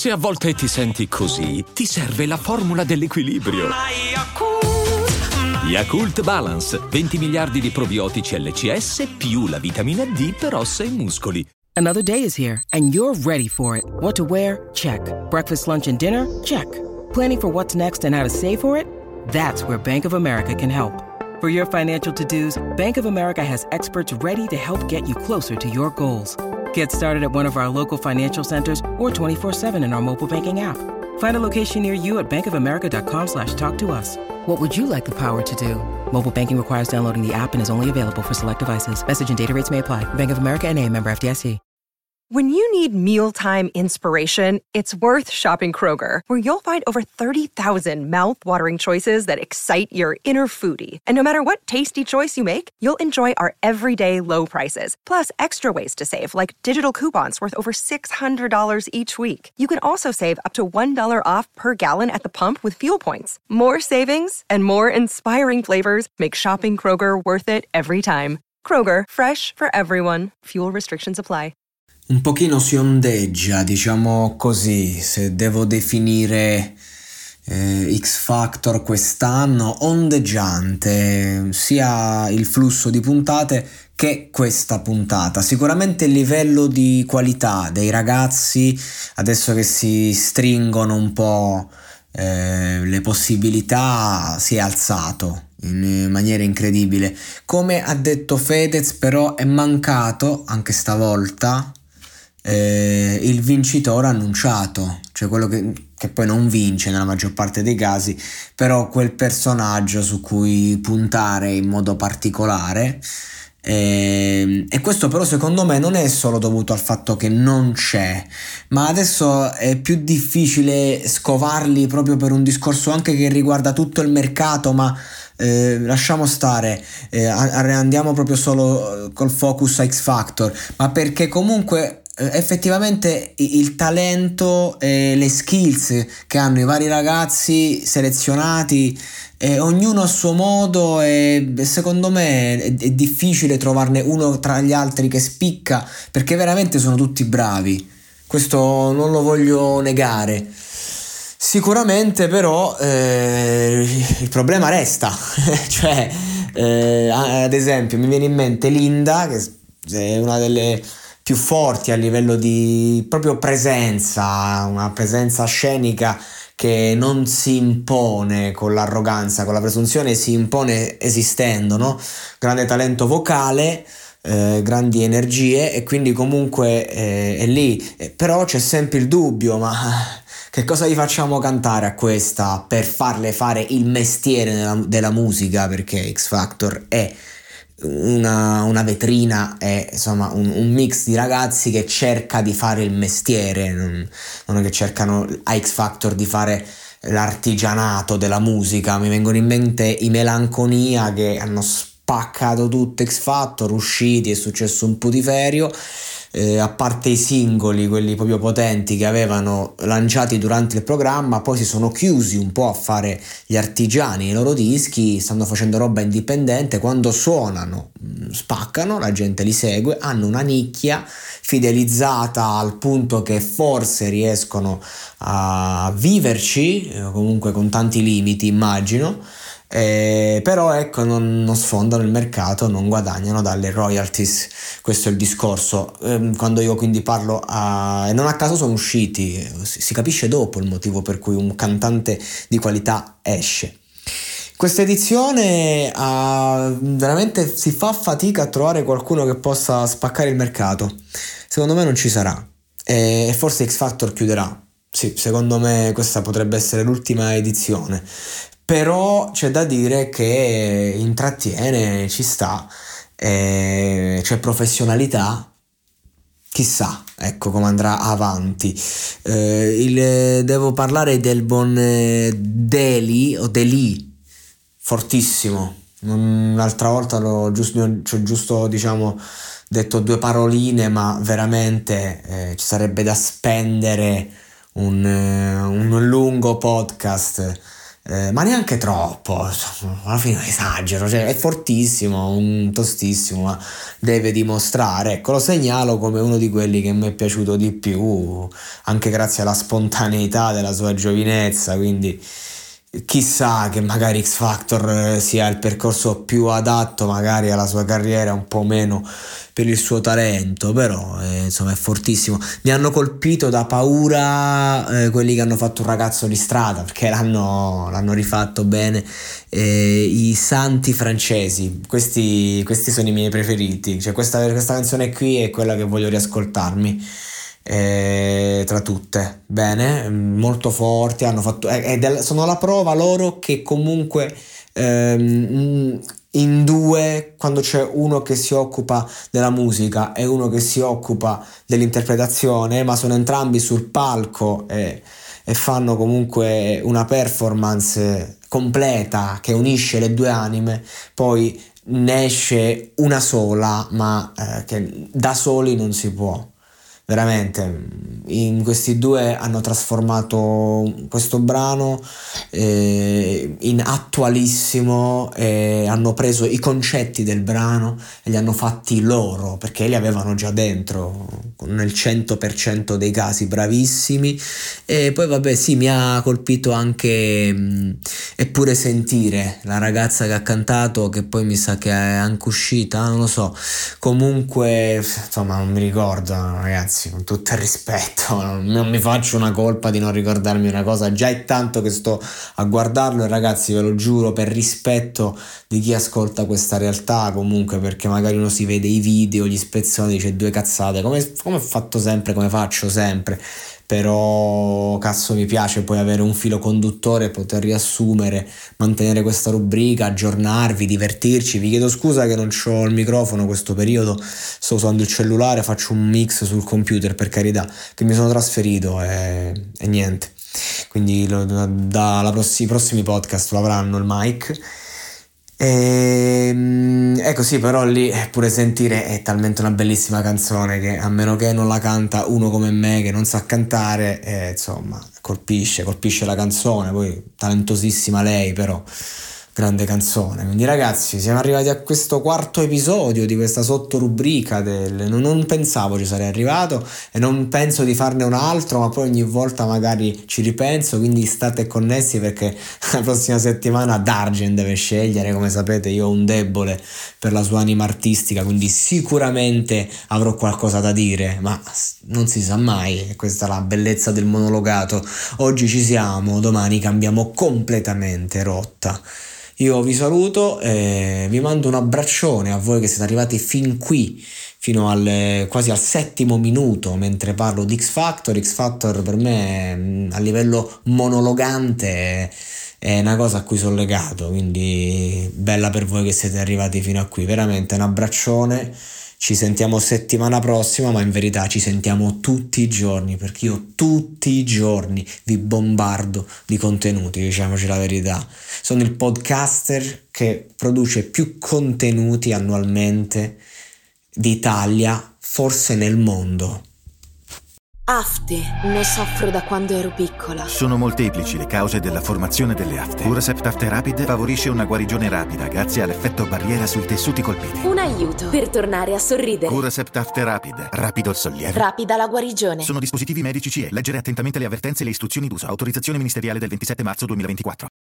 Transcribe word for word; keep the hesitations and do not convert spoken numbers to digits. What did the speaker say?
Se a volte ti senti così, ti serve la formula dell'equilibrio. Yakult Balance, venti miliardi di probiotici L C S più la vitamina D per ossa e muscoli. Another day is here and you're ready for it. What to wear? Check. Breakfast, lunch, and dinner? Check. Planning for what's next and how to save for it? That's where Bank of America can help. For your financial to-dos, Bank of America has experts ready to help get you closer to your goals. Get started at one of our local financial centers or twenty-four seven in our mobile banking app. Find a location near you at bankofamerica.com slash talk to us. What would you like the power to do? Mobile banking requires downloading the app and is only available for select devices. Message and data rates may apply. Bank of America N A, member F D I C. When you need mealtime inspiration, it's worth shopping Kroger, where you'll find over thirty thousand mouth-watering choices that excite your inner foodie. And no matter what tasty choice you make, you'll enjoy our everyday low prices, plus extra ways to save, like digital coupons worth over six hundred dollars each week. You can also save up to one dollar off per gallon at the pump with fuel points. More savings and more inspiring flavors make shopping Kroger worth it every time. Kroger, fresh for everyone. Fuel restrictions apply. Un pochino si ondeggia, diciamo così, se devo definire eh, X Factor quest'anno, ondeggiante, sia il flusso di puntate che questa puntata. Sicuramente il livello di qualità dei ragazzi, adesso che si stringono un po' eh, le possibilità, si è alzato in maniera incredibile. Come ha detto Fedez, però è mancato anche stavolta Eh, il vincitore annunciato, cioè quello che, che poi non vince nella maggior parte dei casi, però quel personaggio su cui puntare in modo particolare. Eh, e questo però secondo me non è solo dovuto al fatto che non c'è, ma adesso è più difficile scovarli proprio per un discorso anche che riguarda tutto il mercato, ma Eh, lasciamo stare, eh, andiamo proprio solo col focus a X Factor, ma perché comunque eh, effettivamente il talento e le skills che hanno i vari ragazzi selezionati, eh, ognuno a suo modo, e secondo me è, è difficile trovarne uno tra gli altri che spicca, perché veramente sono tutti bravi, questo non lo voglio negare. Sicuramente però eh, il problema resta, cioè eh, ad esempio mi viene in mente Linda, che è una delle più forti a livello di proprio presenza, una presenza scenica che non si impone con l'arroganza, con la presunzione, si impone esistendo, no? Grande talento vocale, eh, grandi energie, e quindi comunque eh, è lì, eh, però c'è sempre il dubbio, ma che cosa gli facciamo cantare a questa per farle fare il mestiere della, della musica? Perché X Factor è una, una vetrina, è insomma un, un mix di ragazzi che cerca di fare il mestiere, non, non è che cercano a X Factor di fare l'artigianato della musica. Mi vengono in mente i Melanconia, che hanno spaccato tutto X Factor, usciti, è successo un putiferio. Eh, a parte i singoli, quelli proprio potenti che avevano lanciati durante il programma, poi si sono chiusi un po' a fare gli artigiani, i loro dischi, stanno facendo roba indipendente. Quando suonano spaccano, la gente li segue, hanno una nicchia fidelizzata al punto che forse riescono a viverci, comunque con tanti limiti immagino. Eh, però ecco, non, non sfondano il mercato, non guadagnano dalle royalties. Questo è il discorso. Eh, quando io quindi parlo a... e non a caso sono usciti, si, si capisce dopo il motivo per cui un cantante di qualità esce. Questa edizione ha, veramente si fa fatica a trovare qualcuno che possa spaccare il mercato. Secondo me non ci sarà, e forse X Factor chiuderà. Sì, secondo me questa potrebbe essere l'ultima edizione. Però c'è da dire che intrattiene, ci sta, eh, c'è professionalità, chissà ecco come andrà avanti. Eh, il, devo parlare del buon eh, Deli o Deli, fortissimo. L'altra volta l'ho giusto, cioè giusto diciamo detto due paroline, ma veramente eh, ci sarebbe da spendere un, un lungo podcast eh, ma neanche troppo, alla fine esagero, cioè è fortissimo, un tostissimo, ma deve dimostrare, ecco, lo segnalo come uno di quelli che mi è piaciuto di più, anche grazie alla spontaneità della sua giovinezza, quindi chissà che magari X Factor sia il percorso più adatto magari alla sua carriera, un po' meno per il suo talento, però eh, insomma è fortissimo. Mi hanno colpito da paura eh, quelli che hanno fatto Un ragazzo di strada, perché l'hanno, l'hanno rifatto bene, eh, i santi francesi, questi, questi sono i miei preferiti, cioè questa, questa canzone qui è quella che voglio riascoltarmi. Eh, tra tutte, bene, molto forti, hanno fatto, eh, eh, sono la prova loro che comunque ehm, in due, quando c'è uno che si occupa della musica e uno che si occupa dell'interpretazione, ma sono entrambi sul palco e, e fanno comunque una performance completa che unisce le due anime, poi ne esce una sola, ma eh, che da soli non si può. Veramente, in questi due hanno trasformato questo brano eh, in attualissimo, e hanno preso i concetti del brano e li hanno fatti loro, perché li avevano già dentro nel cento per cento dei casi, bravissimi. E poi vabbè, sì, mi ha colpito anche mh, Eppure sentire, la ragazza che ha cantato, che poi mi sa che è anche uscita, non lo so, comunque insomma non mi ricordo, ragazzi, con tutto il rispetto, non mi faccio una colpa di non ricordarmi una cosa, già è tanto che sto a guardarlo, e ragazzi ve lo giuro, per rispetto di chi ascolta questa realtà, comunque, perché magari uno si vede i video, gli spezzoni, dice due cazzate, come, come ho fatto sempre, come faccio sempre, però cazzo mi piace poi avere un filo conduttore, poter riassumere, mantenere questa rubrica, aggiornarvi, divertirci. Vi chiedo scusa che non c'ho il microfono questo periodo, sto usando il cellulare, faccio un mix sul computer, per carità, che mi sono trasferito e, e niente, quindi lo, dai prossi, prossimi podcast lo avranno il mic. E, ecco sì, però lì Pure sentire è talmente una bellissima canzone che, a meno che non la canta uno come me che non sa cantare, eh, insomma colpisce, colpisce la canzone, poi talentosissima lei, però grande canzone. Quindi ragazzi, siamo arrivati a questo quarto episodio di questa sottorubrica del... non, non pensavo ci sarei arrivato e non penso di farne un altro, ma poi ogni volta magari ci ripenso, quindi state connessi, perché la prossima settimana Dargen deve scegliere. Come sapete io ho un debole per la sua anima artistica, quindi sicuramente avrò qualcosa da dire, ma non si sa mai, questa è la bellezza del monologato. Oggi ci siamo, domani cambiamo completamente rotta. Io vi saluto e vi mando un abbraccione a voi che siete arrivati fin qui, fino al, quasi al settimo minuto mentre parlo di X Factor. X Factor per me a livello monologante è una cosa a cui sono legato, quindi bella per voi che siete arrivati fino a qui, veramente un abbraccione. Ci sentiamo settimana prossima, ma in verità ci sentiamo tutti i giorni, perché io tutti i giorni vi bombardo di contenuti, diciamoci la verità. Sono il podcaster che produce più contenuti annualmente d'Italia, forse nel mondo. Afte, ne soffro da quando ero piccola. Sono molteplici le cause della formazione delle afte. Curacept Afte Rapid favorisce una guarigione rapida grazie all'effetto barriera sui tessuti colpiti. Un aiuto per tornare a sorridere. Curacept Afte Rapid, rapido il sollievo, rapida la guarigione. Sono dispositivi medici C E. Leggere attentamente le avvertenze e le istruzioni d'uso. Autorizzazione ministeriale del ventisette marzo duemilaventiquattro.